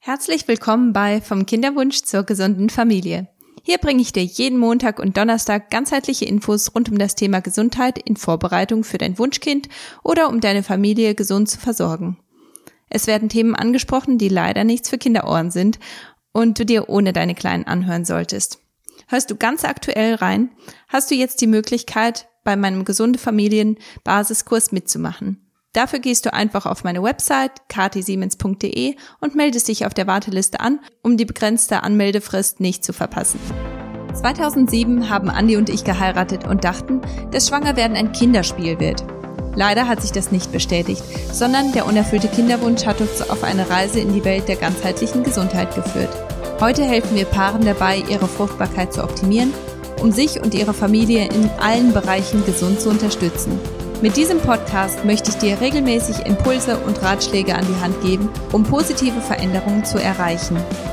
Herzlich willkommen bei Vom Kinderwunsch zur gesunden Familie. Hier bringe ich dir jeden Montag und Donnerstag ganzheitliche Infos rund um das Thema Gesundheit in Vorbereitung für dein Wunschkind oder um deine Familie gesund zu versorgen. Es werden Themen angesprochen, die leider nichts für Kinderohren sind und du dir ohne deine Kleinen anhören solltest. Hörst du ganz aktuell rein, hast du jetzt die Möglichkeit, bei meinem Gesunde Familien Basiskurs mitzumachen. Dafür gehst du einfach auf meine Website katisiemens.de und meldest dich auf der Warteliste an, um die begrenzte Anmeldefrist nicht zu verpassen. 2007 haben Andi und ich geheiratet und dachten, dass Schwangerwerden ein Kinderspiel wird. Leider hat sich das nicht bestätigt, sondern der unerfüllte Kinderwunsch hat uns auf eine Reise in die Welt der ganzheitlichen Gesundheit geführt. Heute helfen wir Paaren dabei, ihre Fruchtbarkeit zu optimieren, um sich und ihre Familie in allen Bereichen gesund zu unterstützen. Mit diesem Podcast möchte ich dir regelmäßig Impulse und Ratschläge an die Hand geben, um positive Veränderungen zu erreichen.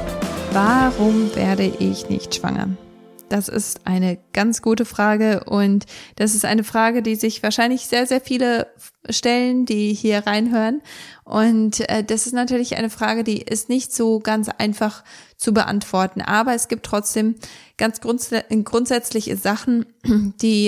Warum werde ich nicht schwanger? Das ist eine ganz gute Frage und das ist eine Frage, die sich wahrscheinlich sehr, sehr viele stellen, die hier reinhören. Und das ist natürlich eine Frage, die ist nicht so ganz einfach zu beantworten. Aber es gibt trotzdem ganz grundsätzliche Sachen, die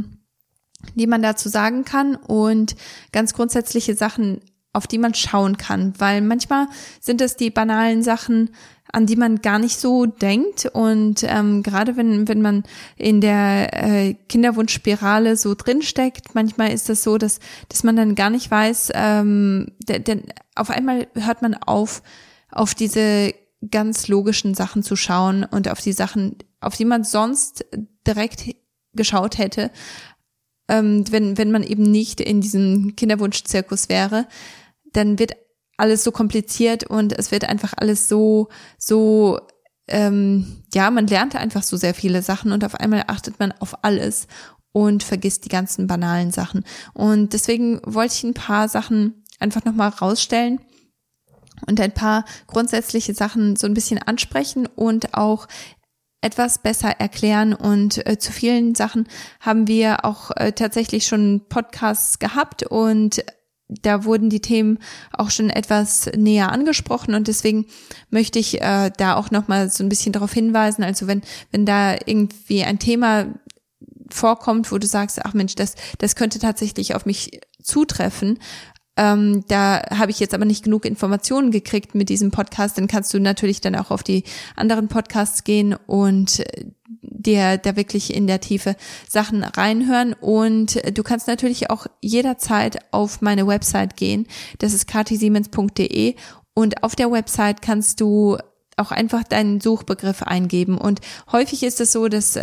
man dazu sagen kann und ganz grundsätzliche Sachen, auf die man schauen kann, weil manchmal sind es die banalen Sachen, an die man gar nicht so denkt und gerade wenn man in der Kinderwunschspirale so drinsteckt, manchmal ist das so, dass man dann gar nicht weiß, denn auf einmal hört man auf diese ganz logischen Sachen zu schauen und auf die Sachen, auf die man sonst direkt geschaut hätte, wenn man eben nicht in diesem Kinderwunschzirkus wäre, dann wird alles so kompliziert und es wird einfach alles so man lernt einfach so sehr viele Sachen und auf einmal achtet man auf alles und vergisst die ganzen banalen Sachen. Und deswegen wollte ich ein paar Sachen einfach nochmal rausstellen und ein paar grundsätzliche Sachen so ein bisschen ansprechen und auch etwas besser erklären und zu vielen Sachen haben wir auch tatsächlich schon Podcasts gehabt und da wurden die Themen auch schon etwas näher angesprochen und deswegen möchte ich da auch nochmal so ein bisschen darauf hinweisen, also wenn da irgendwie ein Thema vorkommt, wo du sagst, ach Mensch, das könnte tatsächlich auf mich zutreffen, da habe ich jetzt aber nicht genug Informationen gekriegt mit diesem Podcast, dann kannst du natürlich dann auch auf die anderen Podcasts gehen und dir da wirklich in der Tiefe Sachen reinhören und du kannst natürlich auch jederzeit auf meine Website gehen, das ist katisiemens.de und auf der Website kannst du auch einfach deinen Suchbegriff eingeben und häufig ist es so, dass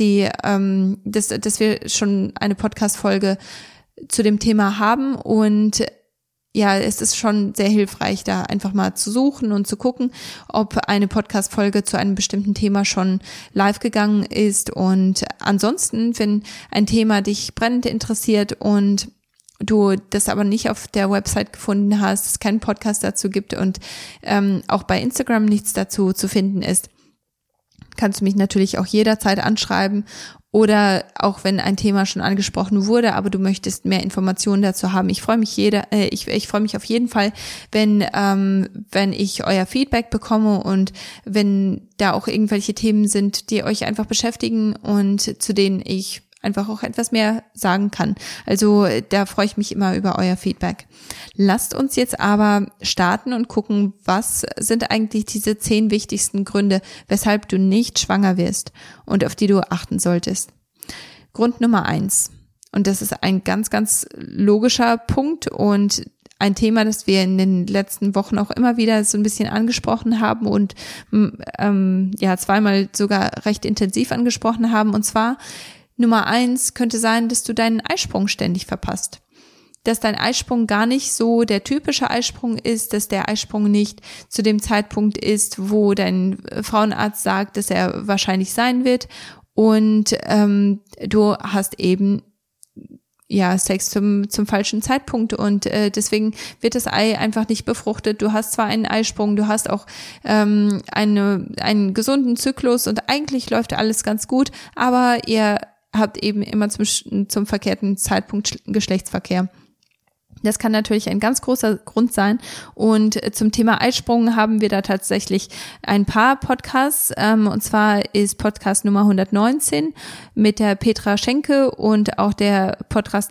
wir schon eine Podcast-Folge zu dem Thema haben und ja, es ist schon sehr hilfreich, da einfach mal zu suchen und zu gucken, ob eine Podcast-Folge zu einem bestimmten Thema schon live gegangen ist. Und ansonsten, wenn ein Thema dich brennend interessiert und du das aber nicht auf der Website gefunden hast, es keinen Podcast dazu gibt und auch bei Instagram nichts dazu zu finden ist, kannst du mich natürlich auch jederzeit anschreiben oder auch wenn ein Thema schon angesprochen wurde, aber du möchtest mehr Informationen dazu haben. Ich freue mich ich freue mich auf jeden Fall, wenn ich euer Feedback bekomme und wenn da auch irgendwelche Themen sind, die euch einfach beschäftigen und zu denen ich einfach auch etwas mehr sagen kann. Also da freue ich mich immer über euer Feedback. Lasst uns jetzt aber starten und gucken, was sind eigentlich diese 10 wichtigsten Gründe, weshalb du nicht schwanger wirst und auf die du achten solltest. Grund Nummer 1. Und das ist ein ganz, ganz logischer Punkt und ein Thema, das wir in den letzten Wochen auch immer wieder so ein bisschen angesprochen haben und zweimal sogar recht intensiv angesprochen haben. Und zwar Nummer 1 könnte sein, dass du deinen Eisprung ständig verpasst. Dass dein Eisprung gar nicht so der typische Eisprung ist, dass der Eisprung nicht zu dem Zeitpunkt ist, wo dein Frauenarzt sagt, dass er wahrscheinlich sein wird und du hast eben Sex zum falschen Zeitpunkt und deswegen wird das Ei einfach nicht befruchtet. Du hast zwar einen Eisprung, du hast auch einen gesunden Zyklus und eigentlich läuft alles ganz gut, aber ihr habt eben immer zum verkehrten Zeitpunkt Geschlechtsverkehr. Das kann natürlich ein ganz großer Grund sein. Und zum Thema Eisprung haben wir da tatsächlich ein paar Podcasts. Und zwar ist Podcast Nummer 119 mit der Petra Schenke und auch der Podcast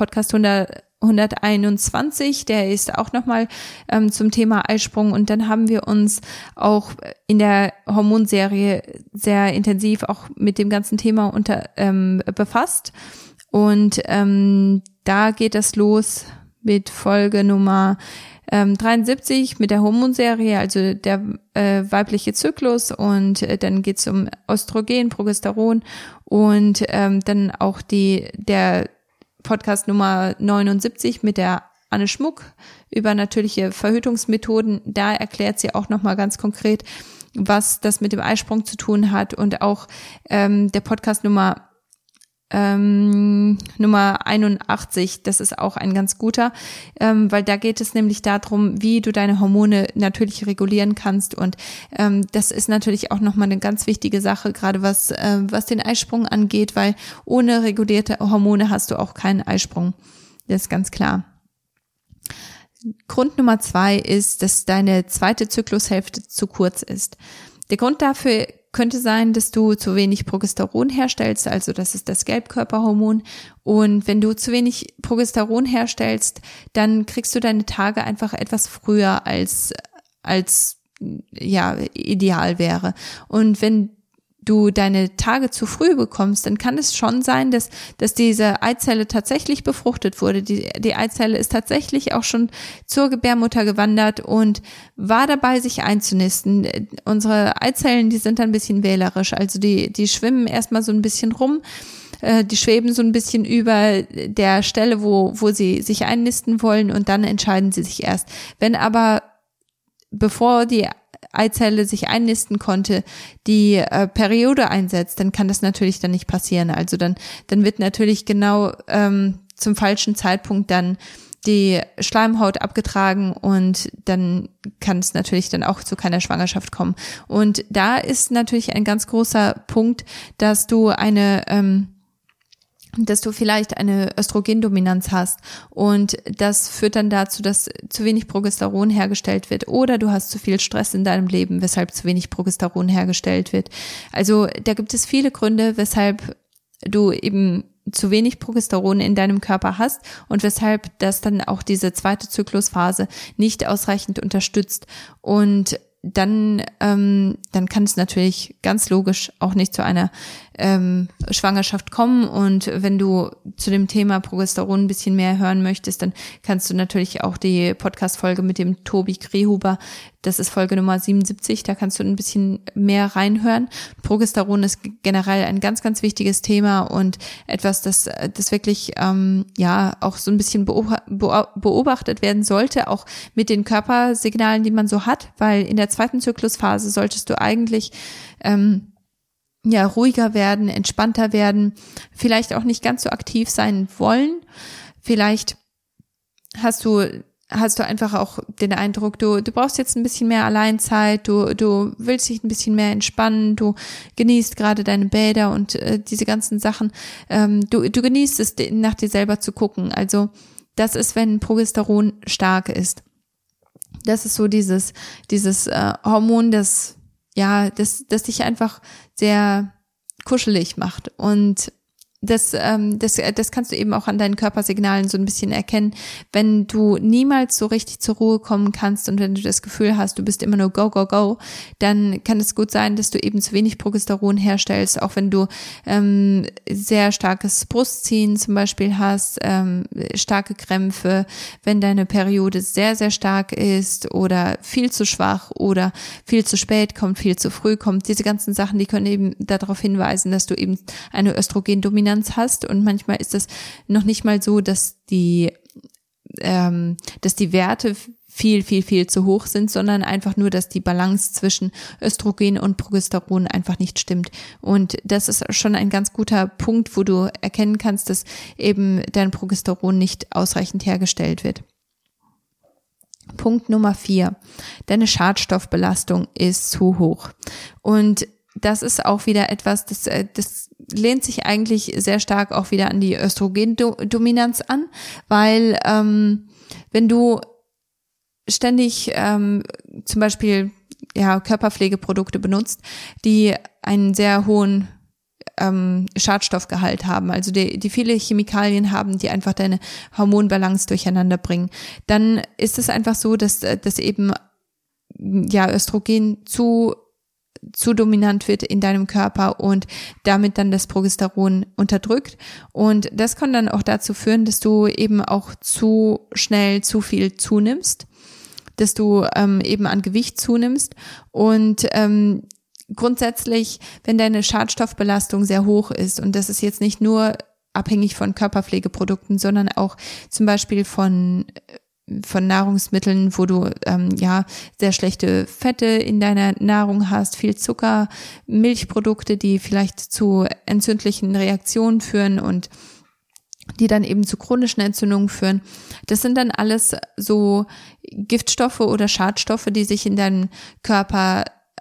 121, der ist auch nochmal zum Thema Eisprung. Und dann haben wir uns auch in der Hormonserie sehr intensiv auch mit dem ganzen Thema befasst. Und da geht es los mit Folge Nummer 73 mit der Hormonserie, also der weibliche Zyklus, und dann geht's um Östrogen, Progesteron, und dann auch der Podcast Nummer 79 mit der Anne Schmuck über natürliche Verhütungsmethoden. Da erklärt sie auch nochmal ganz konkret, was das mit dem Eisprung zu tun hat, und auch der Podcast Nummer 81, das ist auch ein ganz guter, weil da geht es nämlich darum, wie du deine Hormone natürlich regulieren kannst, und das ist natürlich auch nochmal eine ganz wichtige Sache, gerade was den Eisprung angeht, weil ohne regulierte Hormone hast du auch keinen Eisprung. Das ist ganz klar. Grund Nummer 2 ist, dass deine zweite Zyklushälfte zu kurz ist. Der Grund dafür könnte sein, dass du zu wenig Progesteron herstellst, also das ist das Gelbkörperhormon. Und wenn du zu wenig Progesteron herstellst, dann kriegst du deine Tage einfach etwas früher als ideal wäre. Und wenn du deine Tage zu früh bekommst, dann kann es schon sein, dass diese Eizelle tatsächlich befruchtet wurde. Die Eizelle ist tatsächlich auch schon zur Gebärmutter gewandert und war dabei, sich einzunisten. Unsere Eizellen, die sind ein bisschen wählerisch, also die schwimmen erstmal so ein bisschen rum, die schweben so ein bisschen über der Stelle, wo sie sich einnisten wollen, und dann entscheiden sie sich erst. Wenn aber, bevor die Eizelle sich einnisten konnte, die Periode einsetzt, dann kann das natürlich dann nicht passieren. Also dann wird natürlich genau zum falschen Zeitpunkt dann die Schleimhaut abgetragen, und dann kann es natürlich dann auch zu keiner Schwangerschaft kommen. Und da ist natürlich ein ganz großer Punkt, dass du vielleicht eine Östrogendominanz hast, und das führt dann dazu, dass zu wenig Progesteron hergestellt wird, oder du hast zu viel Stress in deinem Leben, weshalb zu wenig Progesteron hergestellt wird. Also da gibt es viele Gründe, weshalb du eben zu wenig Progesteron in deinem Körper hast und weshalb das dann auch diese zweite Zyklusphase nicht ausreichend unterstützt. Und dann kann es natürlich ganz logisch auch nicht zu einer Schwangerschaft kommen. Und wenn du zu dem Thema Progesteron ein bisschen mehr hören möchtest, dann kannst du natürlich auch die Podcast-Folge mit dem Tobi Krehuber, das ist Folge Nummer 77, da kannst du ein bisschen mehr reinhören. Progesteron ist generell ein ganz, ganz wichtiges Thema und etwas, das wirklich auch so ein bisschen beobachtet werden sollte, auch mit den Körpersignalen, die man so hat, weil in der zweiten Zyklusphase solltest du eigentlich ruhiger werden, entspannter werden, vielleicht auch nicht ganz so aktiv sein wollen. Vielleicht hast du einfach auch den Eindruck, du brauchst jetzt ein bisschen mehr Alleinzeit, du willst dich ein bisschen mehr entspannen, du genießt gerade deine Bäder und diese ganzen Sachen. Du genießt es, nach dir selber zu gucken. Also das ist, wenn Progesteron stark ist. Das ist so dieses Hormon, das dich einfach sehr kuschelig macht, und das kannst du eben auch an deinen Körpersignalen so ein bisschen erkennen. Wenn du niemals so richtig zur Ruhe kommen kannst und wenn du das Gefühl hast, du bist immer nur go, go, go, dann kann es gut sein, dass du eben zu wenig Progesteron herstellst, auch wenn du sehr starkes Brustziehen zum Beispiel hast, starke Krämpfe, wenn deine Periode sehr, sehr stark ist oder viel zu schwach oder viel zu spät kommt, viel zu früh kommt. Diese ganzen Sachen, die können eben darauf hinweisen, dass du eben eine Östrogendominanz hast, und manchmal ist es noch nicht mal so, dass die Werte viel, viel, viel zu hoch sind, sondern einfach nur, dass die Balance zwischen Östrogen und Progesteron einfach nicht stimmt. Und das ist schon ein ganz guter Punkt, wo du erkennen kannst, dass eben dein Progesteron nicht ausreichend hergestellt wird. Punkt Nummer 4. Deine Schadstoffbelastung ist zu hoch. Und das ist auch wieder etwas, das lehnt sich eigentlich sehr stark auch wieder an die Östrogendominanz an, weil Wenn du ständig zum Beispiel Körperpflegeprodukte benutzt, die einen sehr hohen Schadstoffgehalt haben, also die viele Chemikalien haben, die einfach deine Hormonbalance durcheinander bringen, dann ist es einfach so, dass eben Östrogen zu dominant wird in deinem Körper und damit dann das Progesteron unterdrückt. Und das kann dann auch dazu führen, dass du eben auch zu schnell zu viel zunimmst, dass du eben an Gewicht zunimmst. Und grundsätzlich, wenn deine Schadstoffbelastung sehr hoch ist, und das ist jetzt nicht nur abhängig von Körperpflegeprodukten, sondern auch zum Beispiel von Nahrungsmitteln, wo du sehr schlechte Fette in deiner Nahrung hast, viel Zucker, Milchprodukte, die vielleicht zu entzündlichen Reaktionen führen und die dann eben zu chronischen Entzündungen führen. Das sind dann alles so Giftstoffe oder Schadstoffe, die sich in deinem Körper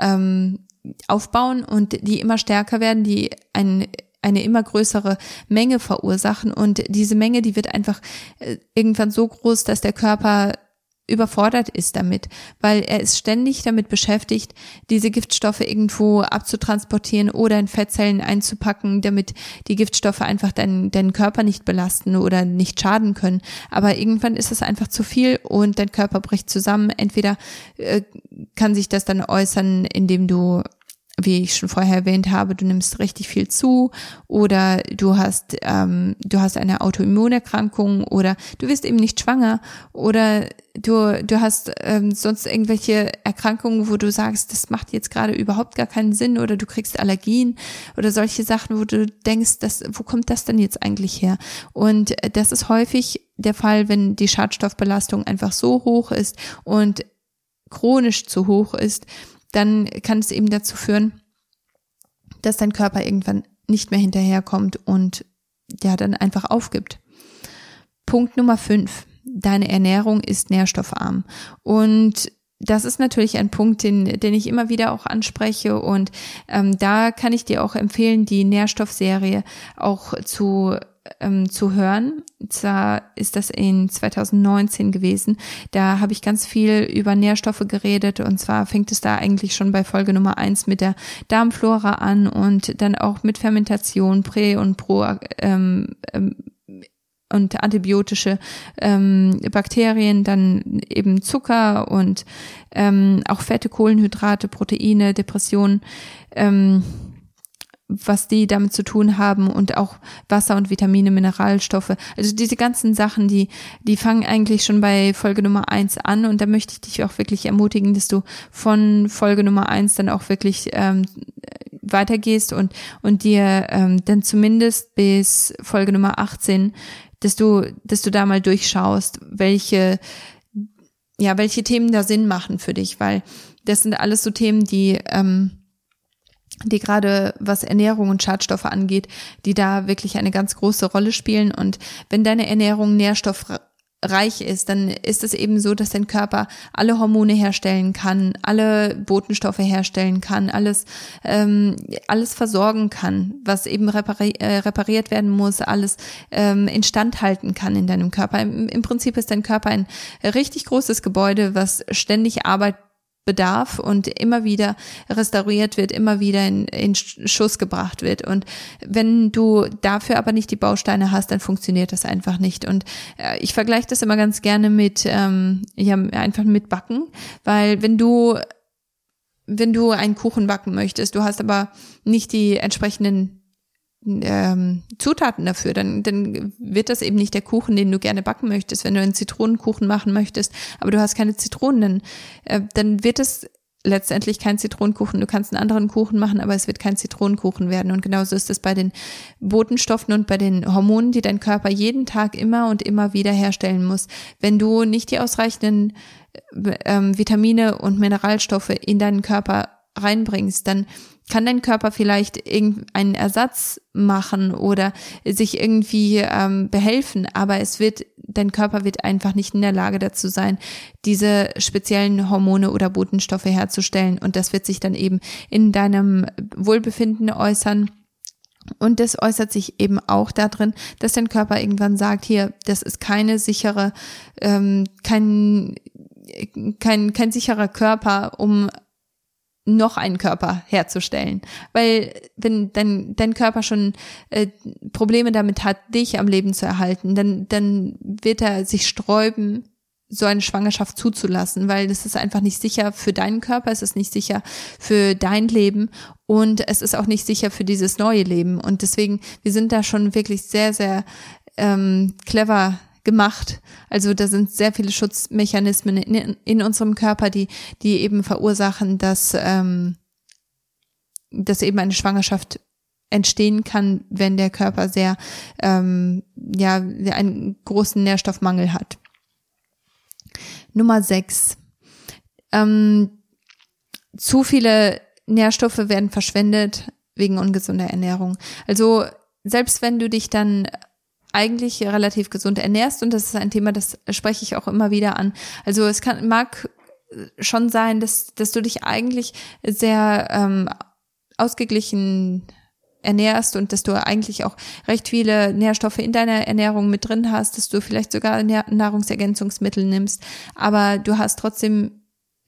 aufbauen und die immer stärker werden, die eine immer größere Menge verursachen, und diese Menge, die wird einfach irgendwann so groß, dass der Körper überfordert ist damit, weil er ist ständig damit beschäftigt, diese Giftstoffe irgendwo abzutransportieren oder in Fettzellen einzupacken, damit die Giftstoffe einfach deinen Körper nicht belasten oder nicht schaden können. Aber irgendwann ist es einfach zu viel und dein Körper bricht zusammen. Entweder kann sich das dann äußern, indem du, wie ich schon vorher erwähnt habe, du nimmst richtig viel zu, oder du hast eine Autoimmunerkrankung, oder du wirst eben nicht schwanger, oder du hast sonst irgendwelche Erkrankungen, wo du sagst, das macht jetzt gerade überhaupt gar keinen Sinn, oder du kriegst Allergien oder solche Sachen, wo du denkst, wo kommt das denn jetzt eigentlich her? Und das ist häufig der Fall, wenn die Schadstoffbelastung einfach so hoch ist und chronisch zu hoch ist, dann kann es eben dazu führen, dass dein Körper irgendwann nicht mehr hinterherkommt und dann einfach aufgibt. Punkt Nummer 5. Deine Ernährung ist nährstoffarm. Und das ist natürlich ein Punkt, den ich immer wieder auch anspreche, und da kann ich dir auch empfehlen, die Nährstoffserie auch zu hören. Zwar ist das in 2019 gewesen. Da habe ich ganz viel über Nährstoffe geredet, und zwar fängt es da eigentlich schon bei Folge Nummer 1 mit der Darmflora an und dann auch mit Fermentation, Prä- und und antibiotische Bakterien, dann eben Zucker und auch Fette, Kohlenhydrate, Proteine, Depressionen, was die damit zu tun haben, und auch Wasser und Vitamine, Mineralstoffe. Also diese ganzen Sachen, die fangen eigentlich schon bei Folge Nummer 1 an, und da möchte ich dich auch wirklich ermutigen, dass du von Folge Nummer 1 dann auch wirklich weitergehst und dir dann zumindest bis Folge Nummer 18, dass du da mal durchschaust, welche Themen da Sinn machen für dich, weil das sind alles so Themen, die gerade was Ernährung und Schadstoffe angeht, die da wirklich eine ganz große Rolle spielen. Und wenn deine Ernährung nährstoffreich ist, dann ist es eben so, dass dein Körper alle Hormone herstellen kann, alle Botenstoffe herstellen kann, alles versorgen kann, was eben repariert werden muss, alles instand halten kann in deinem Körper. Im Prinzip ist dein Körper ein richtig großes Gebäude, was ständig Arbeit bedarf und immer wieder restauriert wird, immer wieder in Schuss gebracht wird. Und wenn du dafür aber nicht die Bausteine hast, dann funktioniert das einfach nicht. Und ich vergleiche das immer ganz gerne mit einfach mit Backen, weil wenn du einen Kuchen backen möchtest, du hast aber nicht die entsprechenden Zutaten dafür, dann wird das eben nicht der Kuchen, den du gerne backen möchtest. Wenn du einen Zitronenkuchen machen möchtest, aber du hast keine Zitronen, dann wird es letztendlich kein Zitronenkuchen. Du kannst einen anderen Kuchen machen, aber es wird kein Zitronenkuchen werden. Und genauso ist es bei den Botenstoffen und bei den Hormonen, die dein Körper jeden Tag immer und immer wieder herstellen muss. Wenn du nicht die ausreichenden Vitamine und Mineralstoffe in deinen Körper reinbringst, dann kann dein Körper vielleicht irgendeinen Ersatz machen oder sich irgendwie behelfen, aber dein Körper wird einfach nicht in der Lage dazu sein, diese speziellen Hormone oder Botenstoffe herzustellen, und das wird sich dann eben in deinem Wohlbefinden äußern Und das äußert sich eben auch darin, dass dein Körper irgendwann sagt, hier, das ist keine sichere, kein sicherer Körper, um noch einen Körper herzustellen. Weil wenn dein Körper schon Probleme damit hat, dich am Leben zu erhalten, dann wird er sich sträuben, so eine Schwangerschaft zuzulassen, weil das ist einfach nicht sicher für deinen Körper, es ist nicht sicher für dein Leben und es ist auch nicht sicher für dieses neue Leben. Und deswegen, wir sind da schon wirklich sehr, sehr clever gemacht. Also da sind sehr viele Schutzmechanismen in unserem Körper, die eben verursachen, dass eben eine Schwangerschaft entstehen kann, wenn der Körper sehr einen großen Nährstoffmangel hat. Nummer 6. Zu viele Nährstoffe werden verschwendet wegen ungesunder Ernährung. Also selbst wenn du dich dann eigentlich relativ gesund ernährst, und das ist ein Thema, das spreche ich auch immer wieder an. Also es mag schon sein, dass du dich eigentlich sehr ausgeglichen ernährst und dass du eigentlich auch recht viele Nährstoffe in deiner Ernährung mit drin hast, dass du vielleicht sogar Nahrungsergänzungsmittel nimmst, aber du hast trotzdem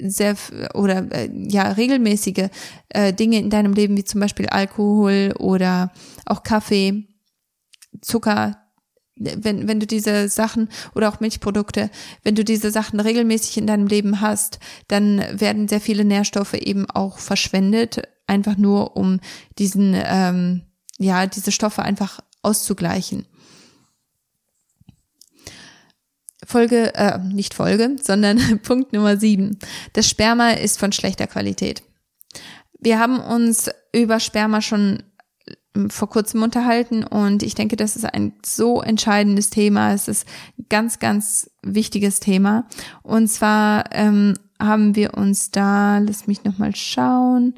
regelmäßige Dinge in deinem Leben, wie zum Beispiel Alkohol oder auch Kaffee, Zucker. Wenn du diese Sachen oder auch Milchprodukte, wenn du diese Sachen regelmäßig in deinem Leben hast, dann werden sehr viele Nährstoffe eben auch verschwendet, einfach nur um diese Stoffe einfach auszugleichen. Punkt Nummer 7. Das Sperma ist von schlechter Qualität. Wir haben uns über Sperma schon vor kurzem unterhalten und ich denke, das ist ein so entscheidendes Thema. Es ist ein ganz, ganz wichtiges Thema. Und zwar haben wir uns da, lass mich nochmal schauen,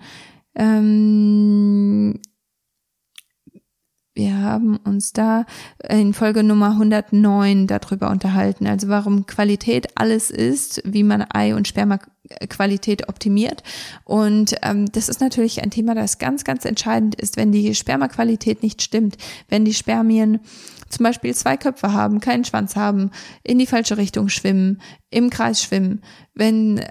wir haben uns da in Folge Nummer 109 darüber unterhalten, also warum Qualität alles ist, wie man Ei- und Spermaqualität optimiert. Und das ist natürlich ein Thema, das ganz, ganz entscheidend ist, wenn die Spermaqualität nicht stimmt, wenn die Spermien zum Beispiel 2 Köpfe haben, keinen Schwanz haben, in die falsche Richtung schwimmen, im Kreis schwimmen, wenn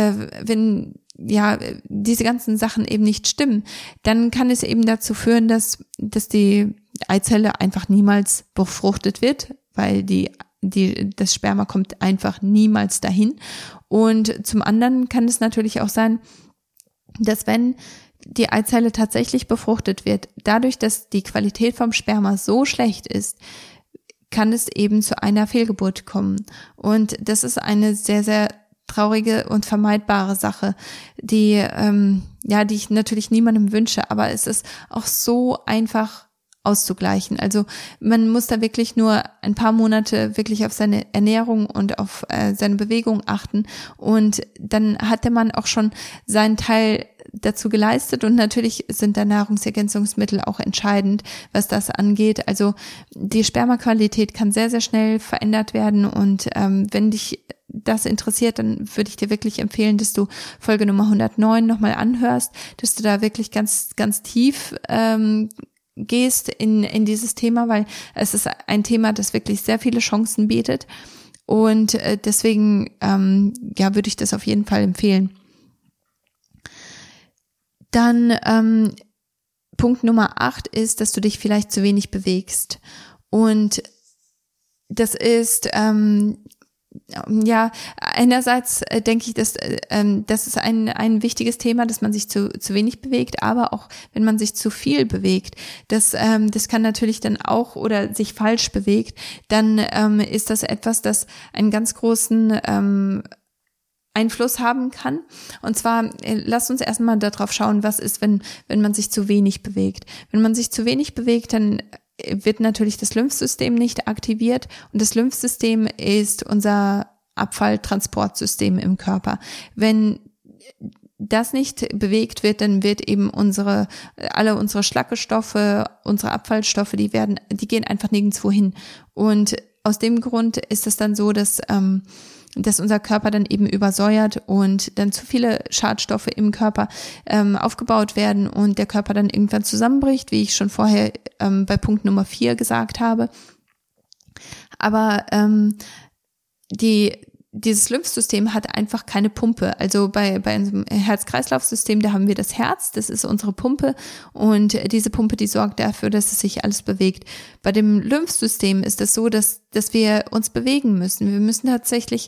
diese ganzen Sachen eben nicht stimmen, dann kann es eben dazu führen, dass die Eizelle einfach niemals befruchtet wird, weil das Sperma kommt einfach niemals dahin. Und zum anderen kann es natürlich auch sein, dass wenn die Eizelle tatsächlich befruchtet wird, dadurch, dass die Qualität vom Sperma so schlecht ist, kann es eben zu einer Fehlgeburt kommen. Und das ist eine sehr, sehr traurige und vermeidbare Sache, die ich natürlich niemandem wünsche, aber es ist auch so einfach auszugleichen. Also man muss da wirklich nur ein paar Monate wirklich auf seine Ernährung und auf seine Bewegung achten und dann hat der Mann auch schon seinen Teil dazu geleistet und natürlich sind da Nahrungsergänzungsmittel auch entscheidend, was das angeht. Also die Spermaqualität kann sehr, sehr schnell verändert werden und wenn dich das interessiert, dann würde ich dir wirklich empfehlen, dass du Folge Nummer 109 nochmal anhörst, dass du da wirklich ganz, ganz tief gehst in dieses Thema, weil es ist ein Thema, das wirklich sehr viele Chancen bietet und deswegen würde ich das auf jeden Fall empfehlen. Dann Punkt Nummer 8 ist, dass du dich vielleicht zu wenig bewegst und das ist einerseits denke ich, dass das ist ein wichtiges Thema, dass man sich zu wenig bewegt, aber auch wenn man sich zu viel bewegt, das kann natürlich dann auch oder sich falsch bewegt, dann ist das etwas, das einen ganz großen Einfluss haben kann. Und zwar, lasst uns erstmal darauf schauen, was ist, wenn man sich zu wenig bewegt. Wenn man sich zu wenig bewegt, dann wird natürlich das Lymphsystem nicht aktiviert und das Lymphsystem ist unser Abfalltransportsystem im Körper. Wenn das nicht bewegt wird, dann wird eben alle unsere Schlackestoffe, unsere Abfallstoffe, die gehen einfach nirgendwo hin. Und aus dem Grund ist es dann so, dass unser Körper dann eben übersäuert und dann zu viele Schadstoffe im Körper aufgebaut werden und der Körper dann irgendwann zusammenbricht, wie ich schon vorher bei Punkt Nummer 4 gesagt habe. Aber dieses Lymphsystem hat einfach keine Pumpe. Also bei unserem Herz-Kreislauf-System, da haben wir das Herz, das ist unsere Pumpe und diese Pumpe, die sorgt dafür, dass es sich alles bewegt. Bei dem Lymphsystem ist es so, dass wir uns bewegen müssen. Wir müssen tatsächlich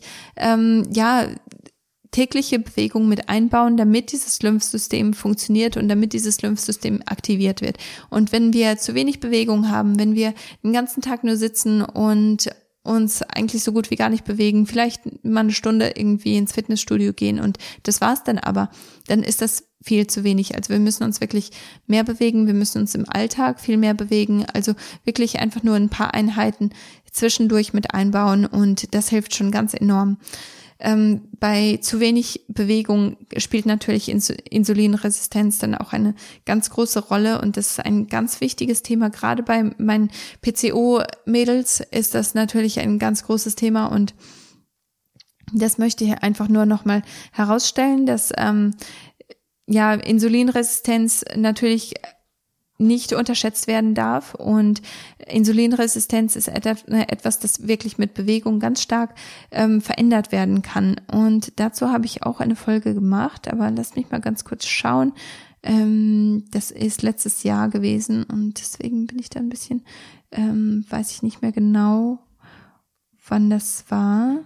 tägliche Bewegung mit einbauen, damit dieses Lymphsystem funktioniert und damit dieses Lymphsystem aktiviert wird. Und wenn wir zu wenig Bewegung haben, wenn wir den ganzen Tag nur sitzen und uns eigentlich so gut wie gar nicht bewegen, vielleicht mal eine Stunde irgendwie ins Fitnessstudio gehen und das war's dann aber, dann ist das viel zu wenig. Also wir müssen uns wirklich mehr bewegen, wir müssen uns im Alltag viel mehr bewegen, also wirklich einfach nur ein paar Einheiten zwischendurch mit einbauen und das hilft schon ganz enorm. Bei zu wenig Bewegung spielt natürlich Insulinresistenz dann auch eine ganz große Rolle und das ist ein ganz wichtiges Thema. Gerade bei meinen PCO-Mädels ist das natürlich ein ganz großes Thema und das möchte ich einfach nur nochmal herausstellen, dass Insulinresistenz natürlich nicht unterschätzt werden darf und Insulinresistenz ist etwas, das wirklich mit Bewegung ganz stark verändert werden kann und dazu habe ich auch eine Folge gemacht, aber lasst mich mal ganz kurz schauen, das ist letztes Jahr gewesen und deswegen bin ich da ein bisschen, weiß ich nicht mehr genau, wann das war.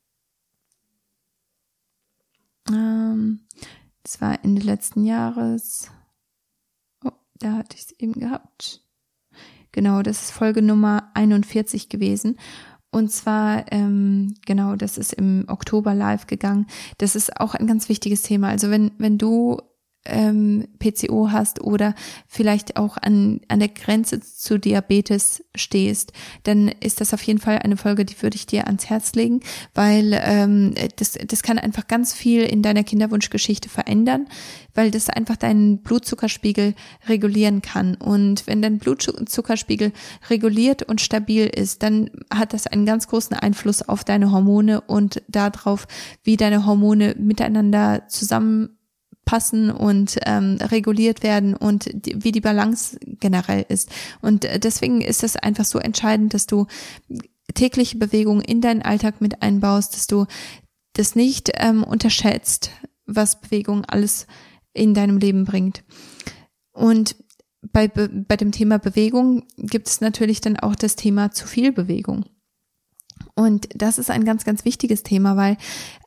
Das war Ende letzten Jahres. Da hatte ich es eben gehabt. Genau, das ist Folge Nummer 41 gewesen. Und zwar, das ist im Oktober live gegangen. Das ist auch ein ganz wichtiges Thema. Also wenn du PCO hast oder vielleicht auch an der Grenze zu Diabetes stehst, dann ist das auf jeden Fall eine Folge, die würde ich dir ans Herz legen, weil das kann einfach ganz viel in deiner Kinderwunschgeschichte verändern, weil das einfach deinen Blutzuckerspiegel regulieren kann. Und wenn dein Blutzuckerspiegel reguliert und stabil ist, dann hat das einen ganz großen Einfluss auf deine Hormone und darauf, wie deine Hormone miteinander zusammenpassen und reguliert werden und wie die Balance generell ist. Und deswegen ist es einfach so entscheidend, dass du tägliche Bewegung in deinen Alltag mit einbaust, dass du das nicht unterschätzt, was Bewegung alles in deinem Leben bringt. Und bei dem Thema Bewegung gibt es natürlich dann auch das Thema zu viel Bewegung. Und das ist ein ganz, ganz wichtiges Thema, weil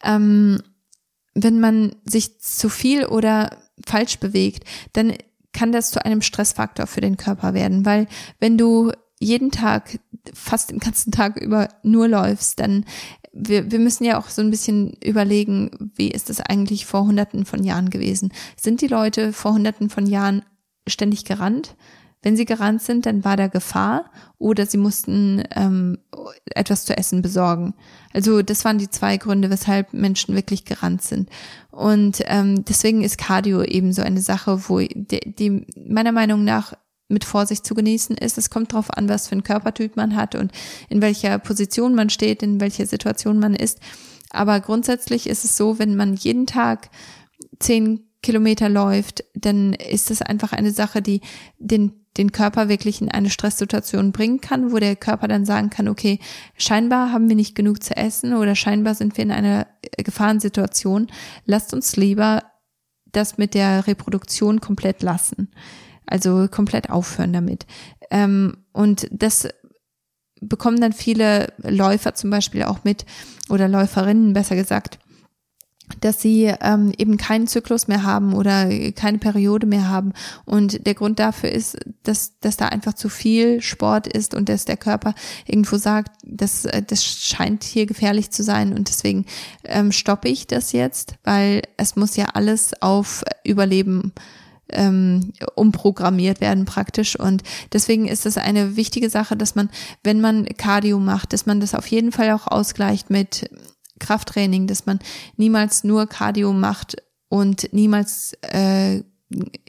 wenn man sich zu viel oder falsch bewegt, dann kann das zu einem Stressfaktor für den Körper werden, weil wenn du jeden Tag, fast den ganzen Tag über nur läufst, dann wir müssen ja auch so ein bisschen überlegen, wie ist das eigentlich vor Hunderten von Jahren gewesen? Sind die Leute vor Hunderten von Jahren ständig gerannt? Wenn sie gerannt sind, dann war da Gefahr oder sie mussten etwas zu essen besorgen. Also das waren die zwei Gründe, weshalb Menschen wirklich gerannt sind. Und deswegen ist Cardio eben so eine Sache, wo die meiner Meinung nach mit Vorsicht zu genießen ist. Es kommt drauf an, was für ein Körpertyp man hat und in welcher Position man steht, in welcher Situation man ist. Aber grundsätzlich ist es so, wenn man jeden Tag 10 Kilometer läuft, dann ist das einfach eine Sache, die den Körper wirklich in eine Stresssituation bringen kann, wo der Körper dann sagen kann, okay, scheinbar haben wir nicht genug zu essen oder scheinbar sind wir in einer Gefahrensituation. Lasst uns lieber das mit der Reproduktion komplett lassen. Also komplett aufhören damit. Und das bekommen dann viele Läufer zum Beispiel auch mit, oder Läuferinnen besser gesagt, dass sie eben keinen Zyklus mehr haben oder keine Periode mehr haben. Und der Grund dafür ist, dass da einfach zu viel Sport ist und dass der Körper irgendwo sagt, das scheint hier gefährlich zu sein und deswegen stoppe ich das jetzt, weil es muss ja alles auf Überleben umprogrammiert werden praktisch und deswegen ist es eine wichtige Sache, dass man, wenn man Cardio macht, dass man das auf jeden Fall auch ausgleicht mit Krafttraining, dass man niemals nur Cardio macht und niemals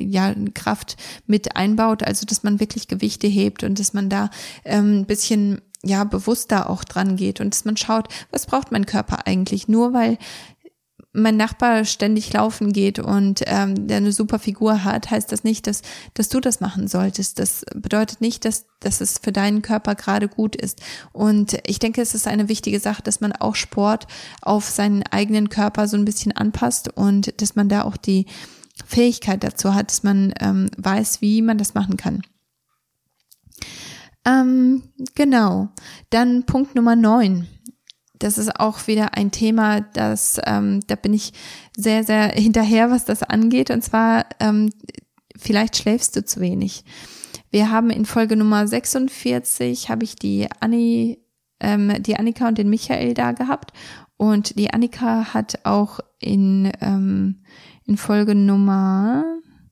Kraft mit einbaut, also dass man wirklich Gewichte hebt und dass man da ein bisschen bewusster auch dran geht und dass man schaut, was braucht mein Körper eigentlich? Nur weil mein Nachbar ständig laufen geht und der eine super Figur hat, heißt das nicht, dass du das machen solltest. Das bedeutet nicht, dass es für deinen Körper gerade gut ist. Und ich denke, es ist eine wichtige Sache, dass man auch Sport auf seinen eigenen Körper so ein bisschen anpasst und dass man da auch die Fähigkeit dazu hat, dass man weiß, wie man das machen kann. Genau. Dann Punkt Nummer 9. Das ist auch wieder ein Thema, da bin ich sehr, sehr hinterher, was das angeht. Und zwar, vielleicht schläfst du zu wenig. Wir haben in Folge Nummer 46, habe ich die Annika und den Michael da gehabt. Und die Annika hat auch in Folge Nummer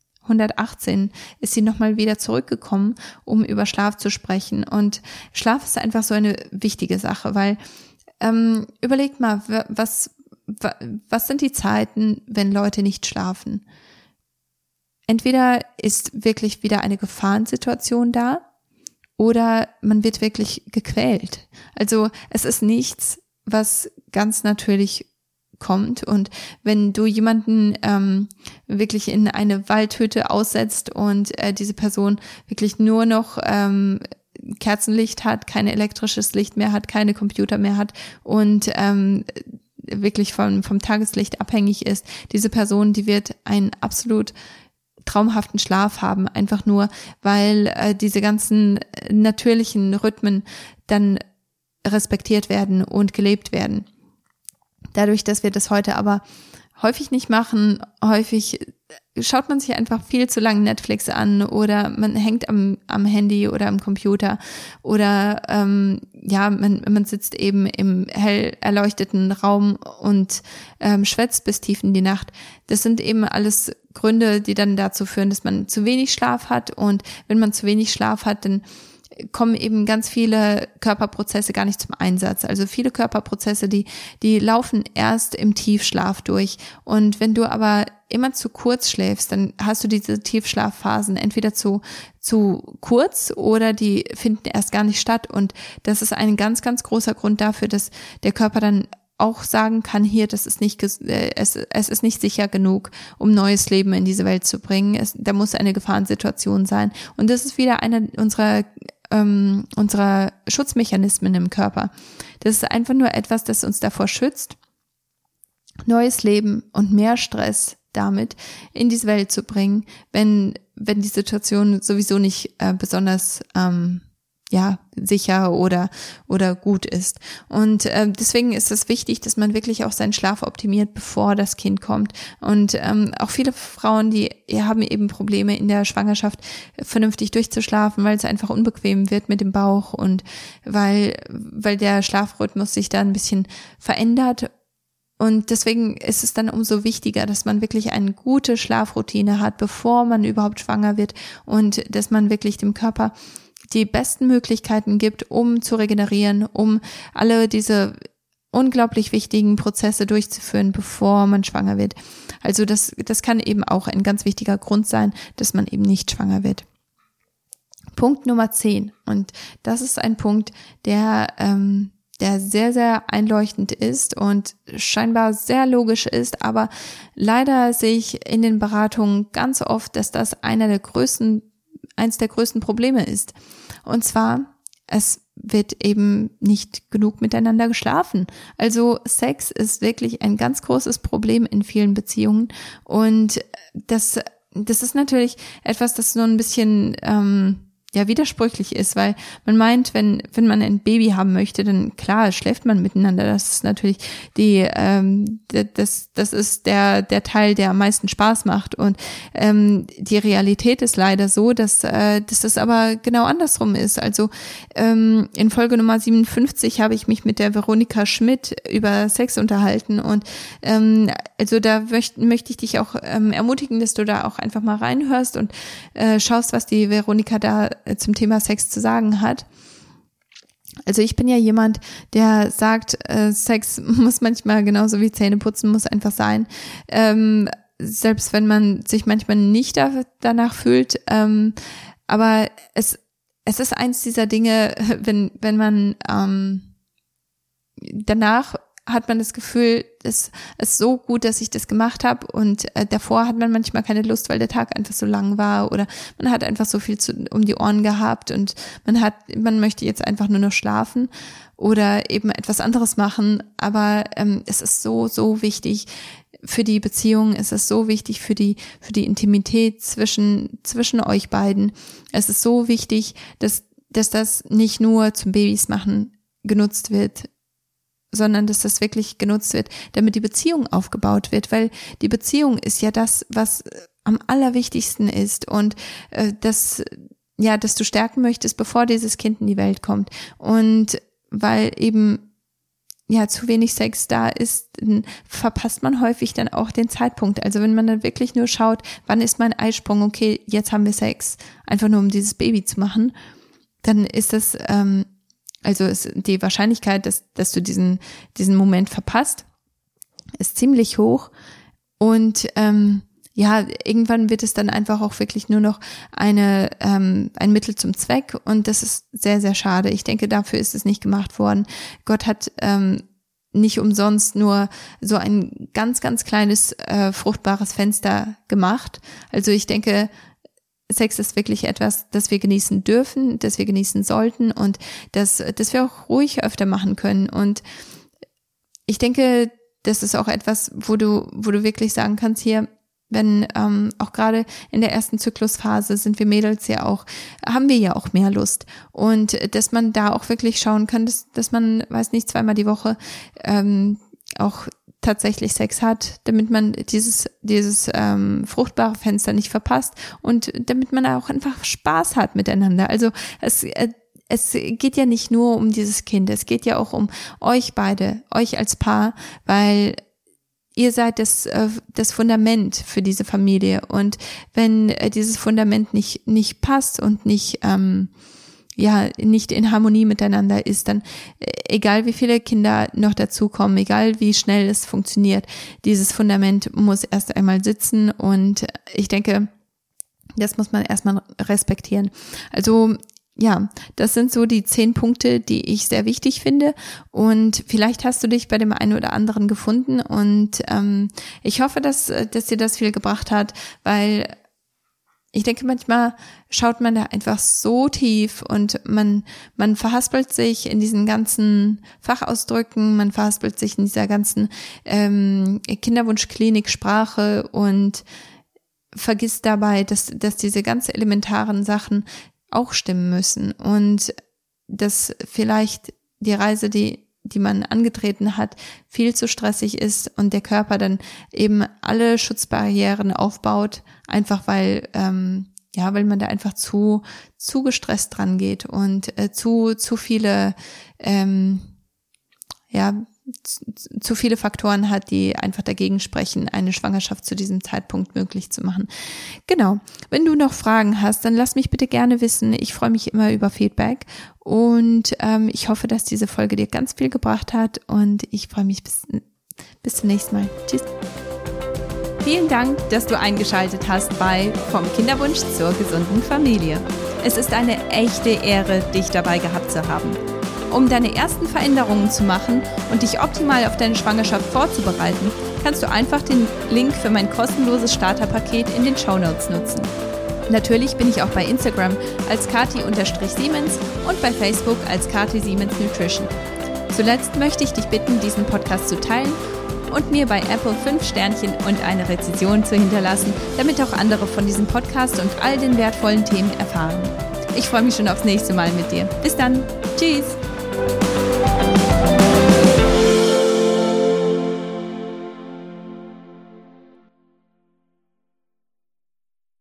118 ist sie nochmal wieder zurückgekommen, um über Schlaf zu sprechen. Und Schlaf ist einfach so eine wichtige Sache, weil überlegt mal, was sind die Zeiten, wenn Leute nicht schlafen? Entweder ist wirklich wieder eine Gefahrensituation da oder man wird wirklich gequält. Also es ist nichts, was ganz natürlich kommt. Und wenn du jemanden wirklich in eine Waldhütte aussetzt und diese Person wirklich nur noch Kerzenlicht hat, kein elektrisches Licht mehr hat, keine Computer mehr hat und wirklich vom Tageslicht abhängig ist, diese Person, die wird einen absolut traumhaften Schlaf haben, einfach nur, weil diese ganzen natürlichen Rhythmen dann respektiert werden und gelebt werden. Dadurch, dass wir das heute aber häufig nicht machen, häufig schaut man sich einfach viel zu lange Netflix an oder man hängt am Handy oder am Computer oder man sitzt eben im hell erleuchteten Raum und schwätzt bis tief in die Nacht. Das sind eben alles Gründe, die dann dazu führen, dass man zu wenig Schlaf hat, und wenn man zu wenig Schlaf hat, dann kommen eben ganz viele Körperprozesse gar nicht zum Einsatz. Also viele Körperprozesse, die laufen erst im Tiefschlaf durch. Und wenn du aber immer zu kurz schläfst, dann hast du diese Tiefschlafphasen entweder zu kurz oder die finden erst gar nicht statt. Und das ist ein ganz, ganz großer Grund dafür, dass der Körper dann auch sagen kann, hier, das ist nicht, es ist nicht sicher genug, um neues Leben in diese Welt zu bringen. Da muss eine Gefahrensituation sein. Und das ist wieder einer unserer Schutzmechanismen im Körper. Das ist einfach nur etwas, das uns davor schützt, neues Leben und mehr Stress damit in diese Welt zu bringen, wenn die Situation sowieso nicht besonders sicher oder gut ist. Und deswegen ist es wichtig, dass man wirklich auch seinen Schlaf optimiert, bevor das Kind kommt. Und auch viele Frauen, die haben eben Probleme in der Schwangerschaft, vernünftig durchzuschlafen, weil es einfach unbequem wird mit dem Bauch und weil der Schlafrhythmus sich da ein bisschen verändert. Und deswegen ist es dann umso wichtiger, dass man wirklich eine gute Schlafroutine hat, bevor man überhaupt schwanger wird, und dass man wirklich dem Körper die besten Möglichkeiten gibt, um zu regenerieren, um alle diese unglaublich wichtigen Prozesse durchzuführen, bevor man schwanger wird. Also das kann eben auch ein ganz wichtiger Grund sein, dass man eben nicht schwanger wird. Punkt Nummer 10. Und das ist ein Punkt, der sehr, sehr einleuchtend ist und scheinbar sehr logisch ist, aber leider sehe ich in den Beratungen ganz oft, dass das eins der größten Probleme ist. Und zwar, es wird eben nicht genug miteinander geschlafen. Also Sex ist wirklich ein ganz großes Problem in vielen Beziehungen, und das ist natürlich etwas, das so ein bisschen widersprüchlich ist, weil man meint, wenn man ein Baby haben möchte, dann klar schläft man miteinander. Das ist natürlich das ist der Teil, der am meisten Spaß macht, und die Realität ist leider so, dass das aber genau andersrum ist. Also in Folge Nummer 57 habe ich mich mit der Veronika Schmidt über Sex unterhalten, und also da möchte ich dich auch ermutigen, dass du da auch einfach mal reinhörst und schaust, was die Veronika da zum Thema Sex zu sagen hat. Also ich bin ja jemand, der sagt, Sex muss manchmal genauso wie Zähneputzen muss einfach sein, selbst wenn man sich manchmal nicht danach fühlt, aber es es ist eins dieser Dinge, wenn man danach hat man das Gefühl, es ist so gut, dass ich das gemacht habe, und davor hat man manchmal keine Lust, weil der Tag einfach so lang war, oder man hat einfach so viel um die Ohren gehabt und man möchte jetzt einfach nur noch schlafen oder eben etwas anderes machen, aber es ist so wichtig für die Beziehung, es ist so wichtig für die Intimität zwischen euch beiden. Es ist so wichtig, dass das nicht nur zum Babys machen genutzt wird, sondern dass das wirklich genutzt wird, damit die Beziehung aufgebaut wird, weil die Beziehung ist ja das, was am allerwichtigsten ist, und dass du stärken möchtest, bevor dieses Kind in die Welt kommt. Und weil eben zu wenig Sex da ist, verpasst man häufig dann auch den Zeitpunkt. Also wenn man dann wirklich nur schaut, wann ist mein Eisprung, okay, jetzt haben wir Sex, einfach nur um dieses Baby zu machen, dann ist das also ist die Wahrscheinlichkeit, dass du diesen Moment verpasst, ist ziemlich hoch. Und irgendwann wird es dann einfach auch wirklich nur noch ein Mittel zum Zweck, und das ist sehr, sehr schade. Ich denke, dafür ist es nicht gemacht worden. Gott hat nicht umsonst nur so ein ganz, ganz kleines fruchtbares Fenster gemacht. Also ich denke, Sex ist wirklich etwas, das wir genießen dürfen, das wir genießen sollten, und dass wir auch ruhig öfter machen können. Und ich denke, das ist auch etwas, wo du wirklich sagen kannst, hier, wenn auch gerade in der ersten Zyklusphase sind wir Mädels haben wir ja auch mehr Lust, und dass man da auch wirklich schauen kann, dass man, weiß nicht, 2-mal die Woche auch tatsächlich Sex hat, damit man dieses fruchtbare Fenster nicht verpasst und damit man auch einfach Spaß hat miteinander. Also es geht ja nicht nur um dieses Kind, es geht ja auch um euch beide, euch als Paar, weil ihr seid das Fundament für diese Familie, und wenn dieses Fundament nicht passt und nicht in Harmonie miteinander ist, dann egal wie viele Kinder noch dazukommen, egal wie schnell es funktioniert, dieses Fundament muss erst einmal sitzen, und ich denke, das muss man erstmal respektieren. Also das sind so die 10 Punkte, die ich sehr wichtig finde, und vielleicht hast du dich bei dem einen oder anderen gefunden, und ich hoffe, dass dir das viel gebracht hat, weil ich denke, manchmal schaut man da einfach so tief, und man verhaspelt sich in diesen ganzen Fachausdrücken, man verhaspelt sich in dieser ganzen Kinderwunschklinik-Sprache und vergisst dabei, dass diese ganz elementaren Sachen auch stimmen müssen, und dass vielleicht die Reise, die man angetreten hat, viel zu stressig ist und der Körper dann eben alle Schutzbarrieren aufbaut, einfach weil man da einfach zu gestresst dran geht und zu viele zu viele Faktoren hat, die einfach dagegen sprechen, eine Schwangerschaft zu diesem Zeitpunkt möglich zu machen. Genau. Wenn du noch Fragen hast, dann lass mich bitte gerne wissen. Ich freue mich immer über Feedback, und ich hoffe, dass diese Folge dir ganz viel gebracht hat, und ich freue mich bis zum nächsten Mal. Tschüss. Vielen Dank, dass du eingeschaltet hast bei Vom Kinderwunsch zur gesunden Familie. Es ist eine echte Ehre, dich dabei gehabt zu haben. Um deine ersten Veränderungen zu machen und dich optimal auf deine Schwangerschaft vorzubereiten, kannst du einfach den Link für mein kostenloses Starterpaket in den Shownotes nutzen. Natürlich bin ich auch bei Instagram als Kati_Siemens und bei Facebook als Kati Siemens Nutrition. Zuletzt möchte ich dich bitten, diesen Podcast zu teilen und mir bei Apple 5 Sternchen und eine Rezension zu hinterlassen, damit auch andere von diesem Podcast und all den wertvollen Themen erfahren. Ich freue mich schon aufs nächste Mal mit dir. Bis dann. Tschüss.